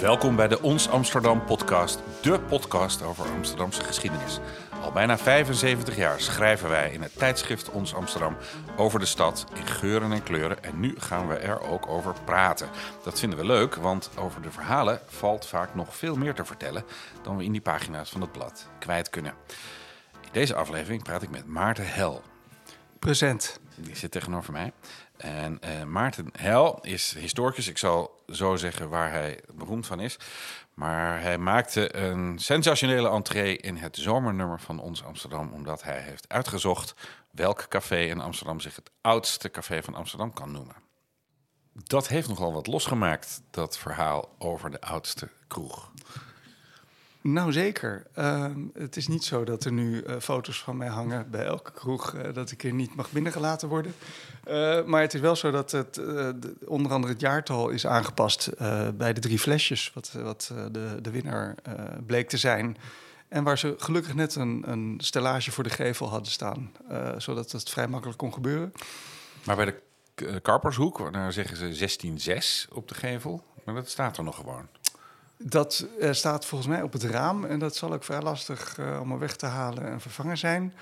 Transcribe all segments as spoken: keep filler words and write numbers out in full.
Welkom bij de Ons Amsterdam podcast, de podcast over Amsterdamse geschiedenis. Al bijna vijfenzeventig jaar schrijven wij in het tijdschrift Ons Amsterdam over de stad in geuren en kleuren. En nu gaan we er ook over praten. Dat vinden we leuk, want over de verhalen valt vaak nog veel meer te vertellen dan we in die pagina's van het blad kwijt kunnen. In deze aflevering praat ik met Maarten Hel. Present. Die zit tegenover mij. En uh, Maarten Hel is historicus. Ik zal zo zeggen waar hij beroemd van is. Maar hij maakte een sensationele entree in het zomernummer van Ons Amsterdam, omdat hij heeft uitgezocht welk café in Amsterdam zich het oudste café van Amsterdam kan noemen. Dat heeft nogal wat losgemaakt, dat verhaal over de oudste kroeg. Nou, zeker. Uh, het is niet zo dat er nu uh, foto's van mij hangen bij elke kroeg, uh, dat ik er niet mag binnengelaten worden. Uh, maar het is wel zo dat het, uh, de, onder andere het jaartal is aangepast uh, bij de drie flesjes, wat, wat uh, de, de winnaar uh, bleek te zijn. En waar ze gelukkig net een, een stellage voor de gevel hadden staan, uh, zodat het vrij makkelijk kon gebeuren. Maar bij de uh, Karpershoek, daar zeggen ze zestien zes op de gevel, maar dat staat er nog gewoon. Dat uh, staat volgens mij op het raam en dat zal ook vrij lastig uh, allemaal weg te halen en vervangen zijn.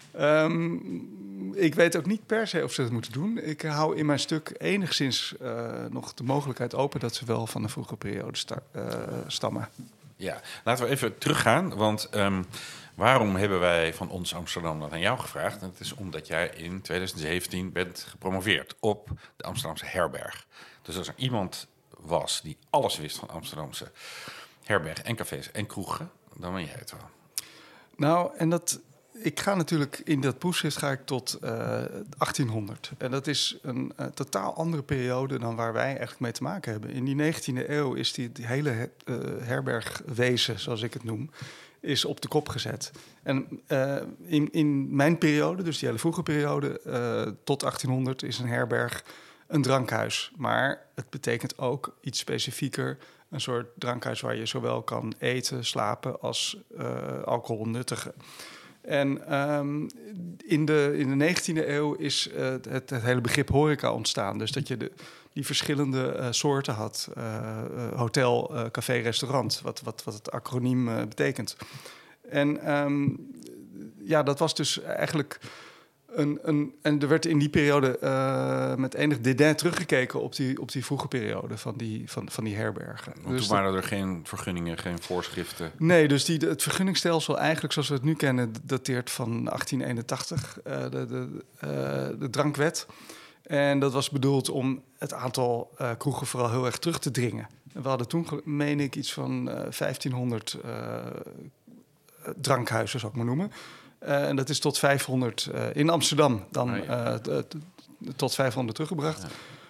Um, ik weet ook niet per se of ze dat moeten doen. Ik hou in mijn stuk enigszins uh, nog de mogelijkheid open dat ze wel van de vroege periode sta- uh, stammen. Ja, laten we even teruggaan, want um, waarom hebben wij van Ons Amsterdam dat aan jou gevraagd? En het is omdat jij in twintig zeventien bent gepromoveerd op de Amsterdamse herberg. Dus als er iemand was die alles wist van Amsterdamse herbergen en cafés en kroegen, dan ben jij het wel. Nou, en dat, ik ga natuurlijk in dat proefschrift ga ik tot uh, achttienhonderd. En dat is een uh, totaal andere periode dan waar wij eigenlijk mee te maken hebben. In die negentiende eeuw is die, die hele uh, herbergwezen, zoals ik het noem, is op de kop gezet. En uh, in, in mijn periode, dus die hele vroege periode, uh, tot achttienhonderd, is een herberg een drankhuis. Maar het betekent ook iets specifieker, een soort drankhuis waar je zowel kan eten, slapen als uh, alcohol nuttigen. En um, in, de, in de negentiende eeuw is uh, het, het hele begrip horeca ontstaan. Dus dat je de, die verschillende uh, soorten had. Uh, uh, hotel, uh, café, restaurant, wat, wat, wat het acroniem uh, betekent. En um, ja, dat was dus eigenlijk Een, een, en er werd in die periode uh, met enig dédain teruggekeken op die, op die vroege periode van die, van, van die herbergen. Want dus toen waren er geen vergunningen, geen voorschriften? Nee, dus die, het vergunningstelsel eigenlijk zoals we het nu kennen dateert van achttien eenentachtig, uh, de, de, uh, de drankwet. En dat was bedoeld om het aantal uh, kroegen vooral heel erg terug te dringen. En we hadden toen, meen ik, iets van uh, vijftienhonderd uh, drankhuizen, zou ik maar noemen. Uh, en dat is tot vijfhonderd uh, in Amsterdam dan oh, ja. uh, t- t- tot vijfhonderd teruggebracht.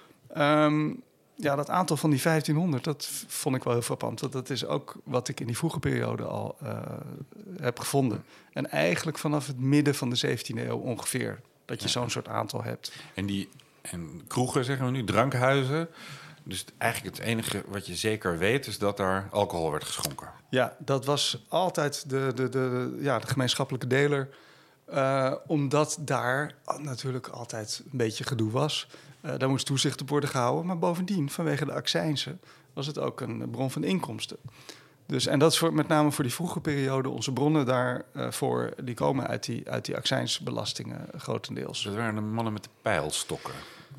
Ja. Um, ja, dat aantal van die vijftienhonderd, dat vond ik wel heel frappant. Dat, dat is ook wat ik in die vroege periode al uh, heb gevonden. En eigenlijk vanaf het midden van de zeventiende eeuw ongeveer, dat je ja. zo'n soort aantal hebt. En die en kroegen, zeggen we nu, drankhuizen. Dus eigenlijk het enige wat je zeker weet is dat daar alcohol werd geschonken. Ja, dat was altijd de, de, de, ja, de gemeenschappelijke deler. Uh, omdat daar natuurlijk altijd een beetje gedoe was. Uh, daar moest toezicht op worden gehouden. Maar bovendien, vanwege de accijnzen, was het ook een bron van inkomsten. Dus, en dat is voor, met name voor die vroege periode. Onze bronnen daarvoor, uh, die komen uit die, uit die accijnsbelastingen grotendeels. Dat waren de mannen met de pijlstokken.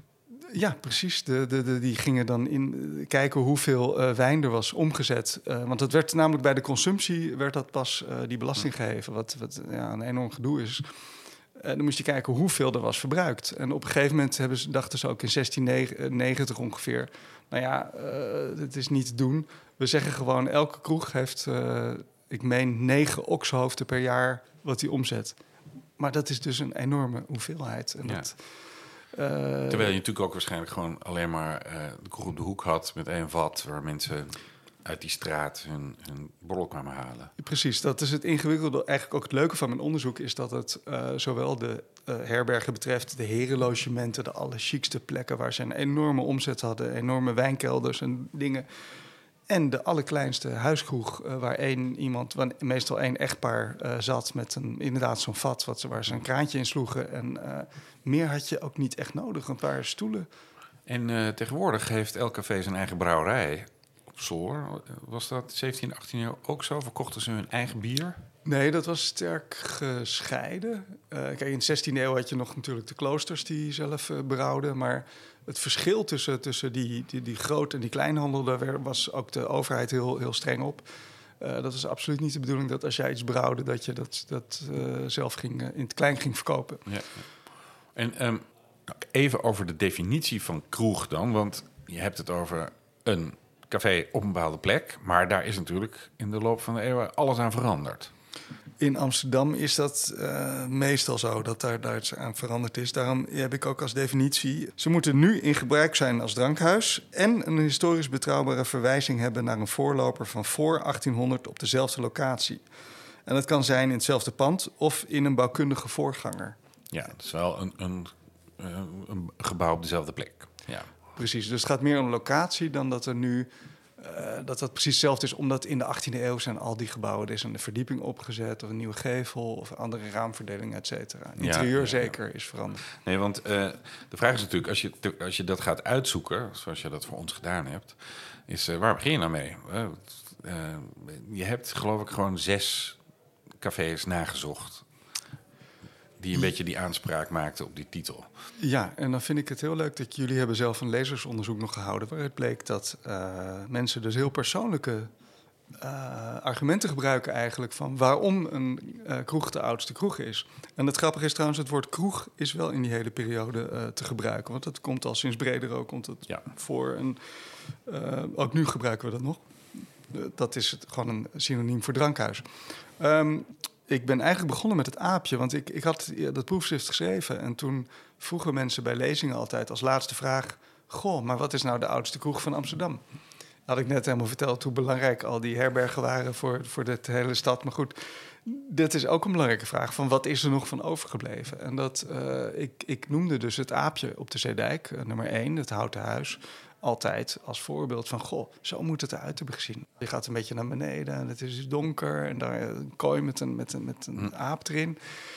Ja, precies. De, de, de, die gingen dan in kijken hoeveel uh, wijn er was omgezet. Uh, want het werd namelijk bij de consumptie werd dat pas uh, die belasting geheven, wat, wat ja, een enorm gedoe is. Uh, dan moest je kijken hoeveel er was verbruikt. En op een gegeven moment hebben ze, dachten ze ook in zestien negentig ongeveer, nou ja, uh, het is niet te doen. We zeggen gewoon, elke kroeg heeft, uh, ik meen, negen okshoofden per jaar wat die omzet. Maar dat is dus een enorme hoeveelheid. En ja. dat, Uh, Terwijl je natuurlijk ook waarschijnlijk gewoon alleen maar uh, de kroeg op de hoek had met één vat waar mensen uit die straat hun, hun borrel kwamen halen. Precies, dat is het ingewikkelde. Eigenlijk ook het leuke van mijn onderzoek is dat het uh, zowel de uh, herbergen betreft, de herenlogementen, de allerchicste plekken waar ze een enorme omzet hadden, enorme wijnkelders en dingen. En de allerkleinste huiskroeg, uh, waar één iemand, waar meestal één echtpaar uh, zat met een, inderdaad zo'n vat wat, waar ze een kraantje in sloegen. En uh, meer had je ook niet echt nodig, een paar stoelen. En uh, tegenwoordig heeft elk café zijn eigen brouwerij op zolder. Was dat zeventiende, achttiende eeuw ook zo? Verkochten ze hun eigen bier? Nee, dat was sterk gescheiden. Uh, kijk, in de zestiende eeuw had je nog natuurlijk de kloosters die zelf uh, brouwden. Maar het verschil tussen, tussen die, die, die grote en die kleinhandel, daar was ook de overheid heel, heel streng op. Uh, dat was absoluut niet de bedoeling dat als jij iets brouwde, dat je dat, dat uh, zelf ging, uh, in het klein ging verkopen. Ja. En um, even over de definitie van kroeg dan. Want je hebt het over een café op een bepaalde plek. Maar daar is natuurlijk in de loop van de eeuwen alles aan veranderd. In Amsterdam is dat uh, meestal zo, dat daar, daar iets aan veranderd is. Daarom heb ik ook als definitie: ze moeten nu in gebruik zijn als drankhuis en een historisch betrouwbare verwijzing hebben naar een voorloper van voor achttienhonderd op dezelfde locatie. En dat kan zijn in hetzelfde pand of in een bouwkundige voorganger. Ja, het is wel een, een, een gebouw op dezelfde plek. Ja. Precies, dus het gaat meer om locatie dan dat er nu Uh, dat dat precies hetzelfde is, omdat in de achttiende eeuw zijn al die gebouwen, er is een verdieping opgezet of een nieuwe gevel of andere raamverdeling, et cetera. Interieur ja, ja, ja. zeker is veranderd. Nee, want uh, de vraag is natuurlijk, als je, te, als je dat gaat uitzoeken, zoals je dat voor ons gedaan hebt, is uh, waar begin je nou mee? Uh, uh, je hebt geloof ik gewoon zes cafés nagezocht die een beetje die aanspraak maakten op die titel. Ja, en dan vind ik het heel leuk dat jullie hebben zelf een lezersonderzoek nog gehouden, waaruit bleek dat uh, mensen dus heel persoonlijke uh, argumenten gebruiken eigenlijk van waarom een uh, kroeg de oudste kroeg is. En het grappige is trouwens, het woord kroeg is wel in die hele periode uh, te gebruiken, want dat komt al sinds Bredero komt het ja. voor. En uh, ook nu gebruiken we dat nog. Uh, dat is het, gewoon een synoniem voor drankhuis. Um, Ik ben eigenlijk begonnen met het aapje, want ik, ik had dat proefschrift geschreven. En toen vroegen mensen bij lezingen altijd als laatste vraag: goh, maar wat is nou de oudste kroeg van Amsterdam? Had ik net helemaal verteld hoe belangrijk al die herbergen waren voor, voor de hele stad. Maar goed, dit is ook een belangrijke vraag van wat is er nog van overgebleven? En dat, uh, ik, ik noemde dus het aapje op de Zeedijk, uh, nummer één, het houten huis, altijd als voorbeeld van, goh, zo moet het eruit hebben gezien. Je gaat een beetje naar beneden en het is donker en daar een kooi met een, met een, met een hm. aap erin.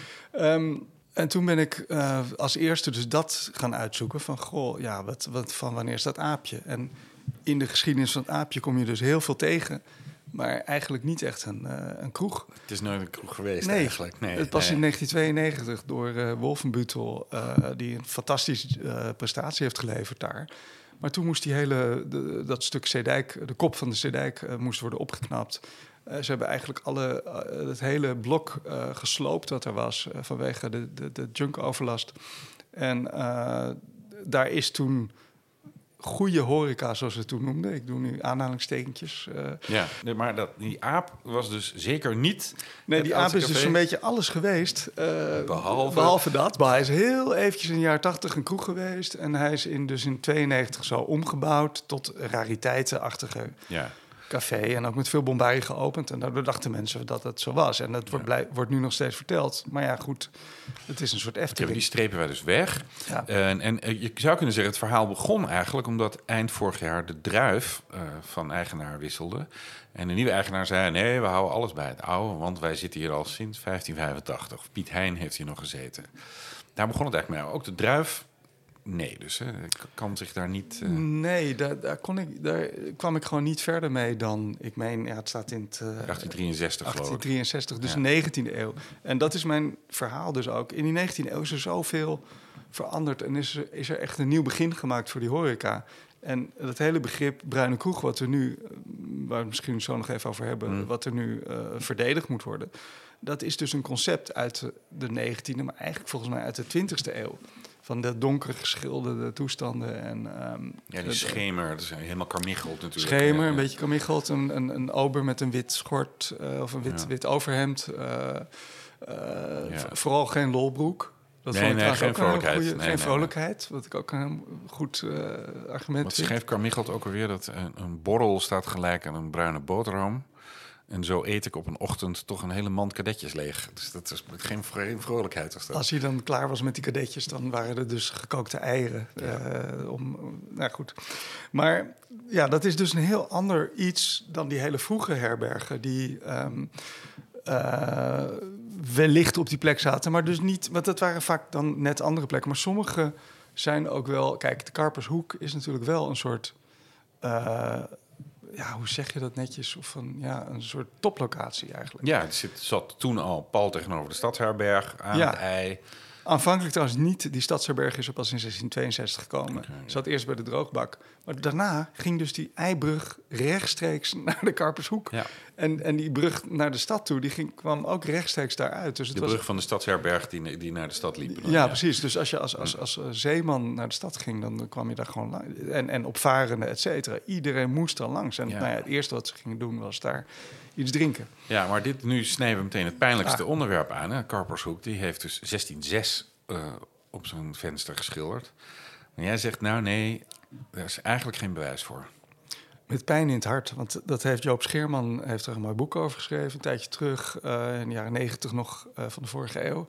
Um, en toen ben ik uh, als eerste dus dat gaan uitzoeken van, goh, ja, wat, wat, van wanneer is dat aapje? En in de geschiedenis van het aapje kom je dus heel veel tegen, maar eigenlijk niet echt een, uh, een kroeg. Het is nooit een kroeg geweest nee, eigenlijk. Nee, het was nee. in negentien tweeënnegentig door uh, Wolfenbüttel, uh, die een fantastische uh, prestatie heeft geleverd daar. Maar toen moest die hele, de, dat stuk Zeedijk, de kop van de Zeedijk, uh, moest worden opgeknapt. Uh, ze hebben eigenlijk alle, uh, het hele blok uh, gesloopt wat er was uh, vanwege de, de, de junkoverlast. En uh, daar is toen goede horeca, zoals we het toen noemden. Ik doe nu aanhalingstekentjes. Uh. Ja, nee, maar dat, die aap was dus zeker niet... Nee, die aap is café. Dus een beetje alles geweest. Uh, behalve... behalve dat. Maar hij is heel eventjes in de jaren tachtig een kroeg geweest. En hij is in, dus in tweeënnegentig zo omgebouwd tot rariteitenachtige ja. café. En ook met veel bombarie geopend. En daardoor dachten mensen dat het zo was. En dat ja. wordt, blij, wordt nu nog steeds verteld. Maar ja, goed, het is een soort Efteling. Okay, die strepen wij dus weg. Ja. En, en je zou kunnen zeggen, het verhaal begon eigenlijk omdat eind vorig jaar de druif uh, van eigenaar wisselde. En de nieuwe eigenaar zei, nee, we houden alles bij het oude, want wij zitten hier al sinds vijftien vijfentachtig. Piet Hein heeft hier nog gezeten. Daar begon het eigenlijk mee. Ook de druif, nee, dus hè, kan zich daar niet... Uh... Nee, daar, daar, kon ik, daar kwam ik gewoon niet verder mee dan... Ik meen, ja, het staat in het... Uh, achttien drieënzestig, achttien drieënzestig, dus ja. negentiende eeuw. En dat is mijn verhaal dus ook. In die negentiende eeuw is er zoveel veranderd... en is er, is er echt een nieuw begin gemaakt voor die horeca. En dat hele begrip bruine kroeg, wat er nu... waar we het misschien zo nog even over hebben... Mm. wat er nu uh, verdedigd moet worden... dat is dus een concept uit de negentiende... maar eigenlijk volgens mij uit de twintigste eeuw... van de donker geschilderde toestanden. En, um, ja, die schemer, dat is helemaal karmicheld natuurlijk. Schemer, ja, een beetje karmicheld. Een, een, een ober met een wit schort uh, of een wit, ja. wit overhemd. Uh, uh, ja. Vooral geen lolbroek. Dat nee, nee, geen vrolijkheid. Goeie, nee, geen nee, vrolijkheid, nee. Wat ik ook een goed uh, argument Wat vind. schreef Karmichelt ook alweer? Dat een, een borrel staat gelijk aan een bruine boterham. En zo eet ik op een ochtend toch een hele mand kadetjes leeg. Dus dat is geen, geen vrolijkheid. Was dat. Als hij dan klaar was met die kadetjes, dan waren er dus gekookte eieren. Ja. Uh, om, nou goed. Maar ja, dat is dus een heel ander iets dan die hele vroege herbergen... die um, uh, wellicht op die plek zaten, maar dus niet... Want dat waren vaak dan net andere plekken. Maar sommige zijn ook wel... Kijk, de Karpershoek is natuurlijk wel een soort... Uh, ja, hoe zeg je dat netjes? Of een, ja, een soort toplocatie eigenlijk. Ja, het zit, zat toen al pal tegenover de Stadsherberg aan Ja. het ei. Aanvankelijk trouwens niet. Die Stadsherberg is er pas in zestien tweeënzestig gekomen. Okay, ja. Zat eerst bij de droogbak. Maar daarna ging dus die eibrug rechtstreeks naar de Karpershoek. Ja. En, en die brug naar de stad toe, die ging, kwam ook rechtstreeks daaruit. Dus het De was, brug van de Stadsherberg die, die naar de stad liep. Dan, ja, ja, precies. Dus als je als, als, als eh, zeeman naar de stad ging, dan kwam je daar gewoon langs. En, en opvarenden, et cetera. Iedereen moest er langs. En Ja. nou ja, het eerste wat ze gingen doen was daar iets drinken. Ja, maar dit, nu snijden we meteen het pijnlijkste Ah. onderwerp aan. Hè? Karpershoek, die heeft dus zestien zes uh, op zijn venster geschilderd. Maar jij zegt, nou nee, daar is eigenlijk geen bewijs voor. Met pijn in het hart. Want dat heeft Joop Scheerman heeft er een mooi boek over geschreven. Een tijdje terug, uh, in de jaren negentig nog uh, van de vorige eeuw.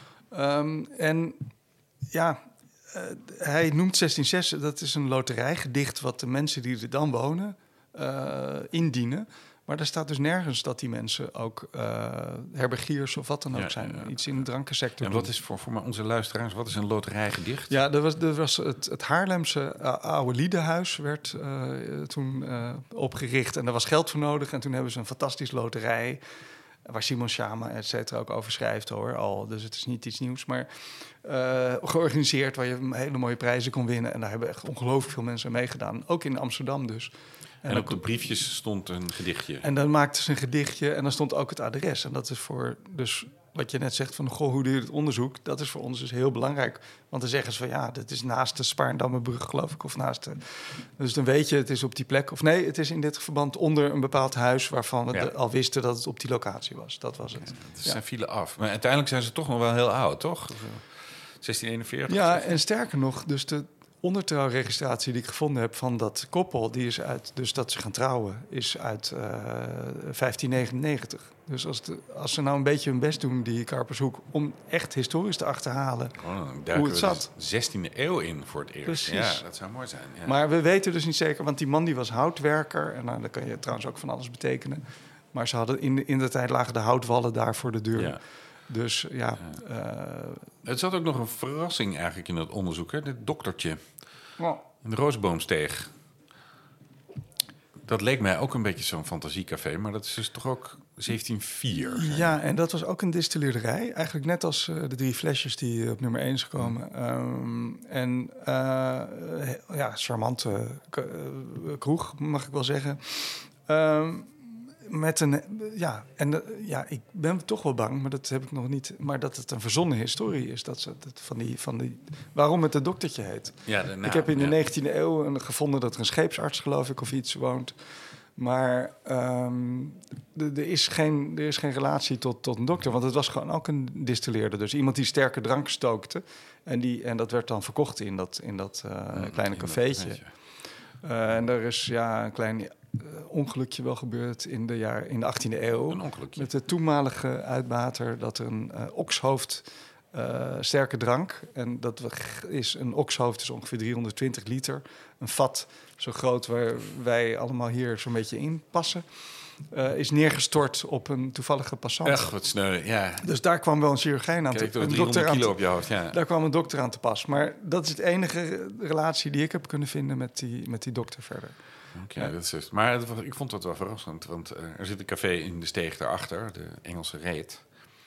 Um, en ja, uh, hij noemt zestien zes, dat is een loterijgedicht wat de mensen die er dan wonen uh, indienen. Maar er staat dus nergens dat die mensen ook uh, herbergiers of wat dan ook Ja, zijn. ja, ja. Iets in de drankensector En doen. wat is voor, voor onze luisteraars, wat is een loterijgedicht? Ja, er was, er was het, het Haarlemse uh, oude Liedenhuis werd uh, toen uh, opgericht. En daar was geld voor nodig. En toen hebben ze een fantastisch loterij, waar Simon Schama et cetera ook over schrijft hoor. Al, dus het is niet iets nieuws, maar uh, georganiseerd waar je hele mooie prijzen kon winnen. En daar hebben echt ongelooflijk veel mensen aan meegedaan. Ook in Amsterdam dus. En, en op de briefjes stond een gedichtje. En dan maakten ze een gedichtje en dan stond ook het adres. En dat is voor, dus wat je net zegt van, goh, hoe doe je het onderzoek? Dat is voor ons dus heel belangrijk. Want dan zeggen ze van, ja, dit is naast de Spaarndammerbrug, geloof ik, of naast de... Dus dan weet je, het is op die plek. Of nee, het is in dit verband onder een bepaald huis waarvan we ja. al wisten dat het op die locatie was. Dat was het. Ja, dus ja. Ze vielen af. Maar uiteindelijk zijn ze toch nog wel heel oud, toch? zestien eenenveertig? Ja, en sterker nog, dus de ondertrouwregistratie die ik gevonden heb van dat koppel, die is uit, dus dat ze gaan trouwen, is uit uh, vijftien negenennegentig. Dus als, de, als ze nou een beetje hun best doen, die Karpershoek, om echt historisch te achterhalen oh, hoe het zat. De zestiende eeuw in voor het eerst. Precies. Ja, dat zou mooi zijn. Ja. Maar we weten dus niet zeker, want die man die was houtwerker. En nou, dat kan je trouwens ook van alles betekenen. Maar ze hadden in de, in de tijd lagen de houtwallen daar voor de deur. Ja. Dus ja... ja. Uh, het zat ook nog een verrassing eigenlijk in dat onderzoek. Hè? Dit doktertje. Oh. In de Roosboomsteeg. Dat leek mij ook een beetje zo'n fantasiecafé, maar dat is dus toch ook zeventien vier. Ja, en dat was ook een distilleerderij. Eigenlijk net als uh, de drie flesjes die op nummer één is gekomen. Mm. Um, en uh, ja, charmante kroeg, mag ik wel zeggen. Um, Met een, ja, en uh, ja, ik ben toch wel bang, maar dat heb ik nog niet. Maar dat het een verzonnen historie is. Dat ze, dat van die, van die, waarom het een doktertje heet. Ja, de, nou, ik heb in de ja. negentiende eeuw gevonden dat er een scheepsarts, geloof ik, of iets woont. Maar um, er is geen, er is geen relatie tot, tot een dokter. Want het was gewoon ook een distilleerder. Dus iemand die sterke drank stookte. En, die, en dat werd dan verkocht in dat, in dat uh, mm, kleine cafeetje. Uh, en er is ja, een klein uh, ongelukje wel gebeurd in de, jaar, in de achttiende eeuw. Een ongelukje. Met de toenmalige uitbater dat er een uh, okshoofd uh, sterke drank. En dat is een okshoofd is ongeveer driehonderdtwintig liter. Een vat zo groot waar wij allemaal hier zo'n beetje in passen. Uh, is neergestort op een toevallige passant. Echt, wat sneu, ja. Dus daar kwam wel een chirurgijn aan Kijk, te pas. een dokter kilo aan op je hoofd, ja. Daar kwam een dokter aan te pas. Maar dat is het enige relatie die ik heb kunnen vinden met die, met die dokter verder. Okay, ja. dat is, maar het, ik vond dat wel verrassend. Want uh, er zit een café in de steeg daarachter, de Engelse Reet.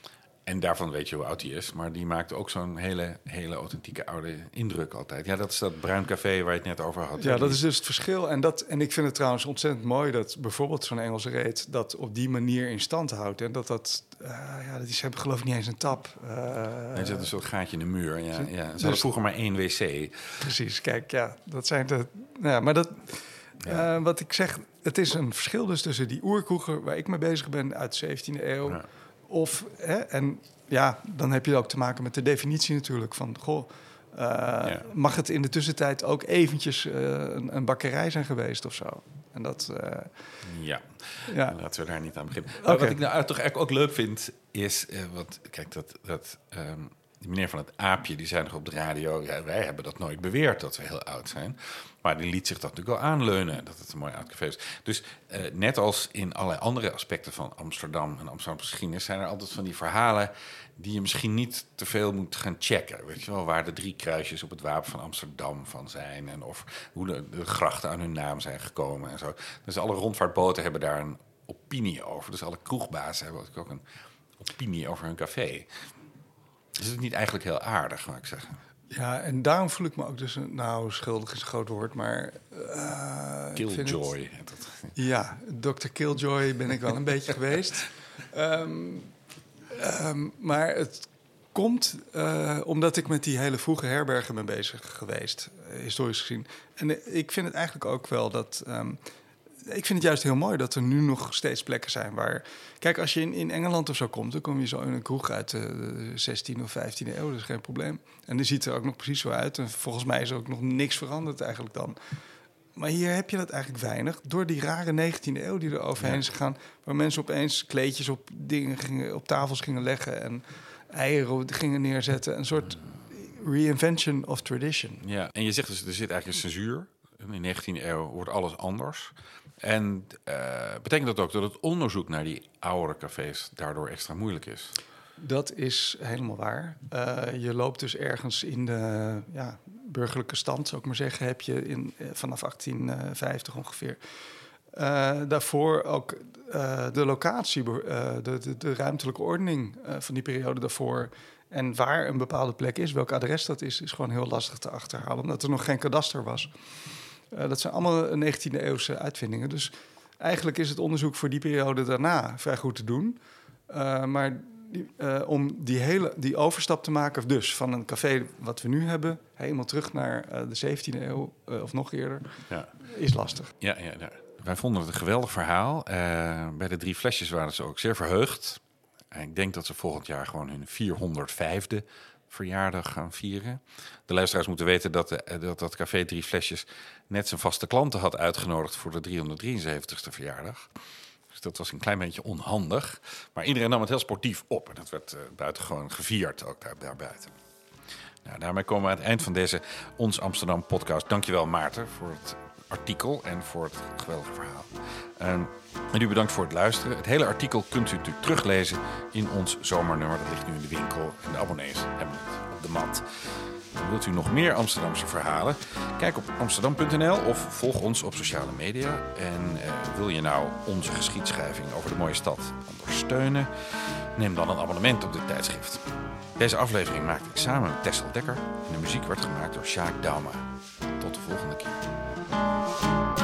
En daarvan weet je hoe oud die is. Maar die maakte ook zo'n hele, hele authentieke oude indruk altijd. Ja, dat is dat bruin café waar je het net over had. Ja, dat is dus het verschil. En, dat, en ik vind het trouwens ontzettend mooi dat bijvoorbeeld zo'n Engelse Reet dat op die manier in stand houdt. En dat dat, uh, ja, dat is, hebben geloof ik niet eens een tap. Uh, er zit een soort gaatje in de muur. Ja, ja. Ze hadden dus, vroeger maar één wc. Precies, kijk, ja, dat zijn de... Ja, maar dat... Ja. Uh, wat ik zeg, het is een verschil dus tussen die oerkroegen waar ik mee bezig ben uit de zeventiende eeuw. Ja. Of, hè, en ja, dan heb je ook te maken met de definitie natuurlijk van, goh, uh, ja. mag het in de tussentijd ook eventjes uh, een, een bakkerij zijn geweest of zo? En dat... Uh, ja. ja, laten we daar niet aan beginnen. Okay. Wat ik nou toch eigenlijk ook leuk vind, is, uh, wat, kijk, dat, dat um, die meneer van het aapje, die zei nog op de radio... Ja, wij hebben dat nooit beweerd, dat we heel oud zijn. Maar die liet zich dat natuurlijk wel aanleunen, dat het een mooi oud café is. Dus uh, net als in allerlei andere aspecten van Amsterdam en Amsterdamse geschiedenis... zijn er altijd van die verhalen die je misschien niet te veel moet gaan checken. Weet je wel, waar de drie kruisjes op het wapen van Amsterdam van zijn... en of hoe de, de grachten aan hun naam zijn gekomen en zo. Dus alle rondvaartboten hebben daar een opinie over. Dus alle kroegbazen hebben ook een opinie over hun café. Dus het is niet eigenlijk heel aardig, mag ik zeggen. Ja, en daarom voel ik me ook dus... Nou, schuldig is een groot woord, maar... Uh, Killjoy. Het, ja, dokter Killjoy ben ik wel een beetje geweest. Um, um, maar het komt uh, omdat ik met die hele vroege herbergen ben bezig geweest, uh, historisch gezien. En uh, ik vind het eigenlijk ook wel dat... Um, ik vind het juist heel mooi dat er nu nog steeds plekken zijn waar... Kijk, als je in, in Engeland of zo komt... dan kom je zo in een kroeg uit de zestiende of vijftiende eeuw. Dat is geen probleem. En die ziet er ook nog precies zo uit. En volgens mij is er ook nog niks veranderd eigenlijk dan. Maar hier heb je dat eigenlijk weinig. Door die rare negentiende eeuw die er overheen is gegaan... waar mensen opeens kleedjes op, dingen gingen, op tafels gingen leggen... en eieren gingen neerzetten. Een soort reinvention of tradition. Ja, en je zegt dus, er zit eigenlijk een censuur. In de negentiende eeuw wordt alles anders... En uh, betekent dat ook dat het onderzoek naar die oude cafés daardoor extra moeilijk is? Dat is helemaal waar. Uh, je loopt dus ergens in de ja, burgerlijke stand, zou ik maar zeggen, heb je in, vanaf achttien vijftig ongeveer. Uh, daarvoor ook uh, de locatie, uh, de, de, de ruimtelijke ordening uh, van die periode daarvoor. En waar een bepaalde plek is, welk adres dat is, is gewoon heel lastig te achterhalen, omdat er nog geen kadaster was. Uh, dat zijn allemaal negentiende eeuwse uitvindingen. Dus eigenlijk is het onderzoek voor die periode daarna vrij goed te doen. Uh, maar die, uh, om die hele die overstap te maken, dus van een café wat we nu hebben, helemaal terug naar uh, de zeventiende eeuw uh, of nog eerder, ja. is lastig. Ja, ja, ja. Wij vonden het een geweldig verhaal. Uh, bij de drie flesjes waren ze ook zeer verheugd. En ik denk dat ze volgend jaar gewoon hun vierhonderdvijfde verjaardag gaan vieren. De luisteraars moeten weten dat de, dat, dat café Drie Flesjes net zijn vaste klanten had uitgenodigd voor de driehonderddrieënzeventigste verjaardag. Dus dat was een klein beetje onhandig. Maar iedereen nam het heel sportief op. En dat werd uh, buitengewoon gevierd, ook daar, daar buiten. Nou, daarmee komen we aan het eind van deze Ons Amsterdam podcast. Dankjewel Maarten voor het artikel en voor het geweldige verhaal. Um, en u bedankt voor het luisteren. Het hele artikel kunt u natuurlijk teruglezen in ons zomernummer. Dat ligt nu in de winkel en de abonnees hebben het op de mat. En wilt u nog meer Amsterdamse verhalen? Kijk op amsterdam punt n l of volg ons op sociale media. En uh, wil je nou onze geschiedschrijving over de mooie stad ondersteunen? Neem dan een abonnement op dit tijdschrift. Deze aflevering maakte ik samen met Tessel Dekker. En de muziek werd gemaakt door Sjaak Dauma. Tot de volgende keer.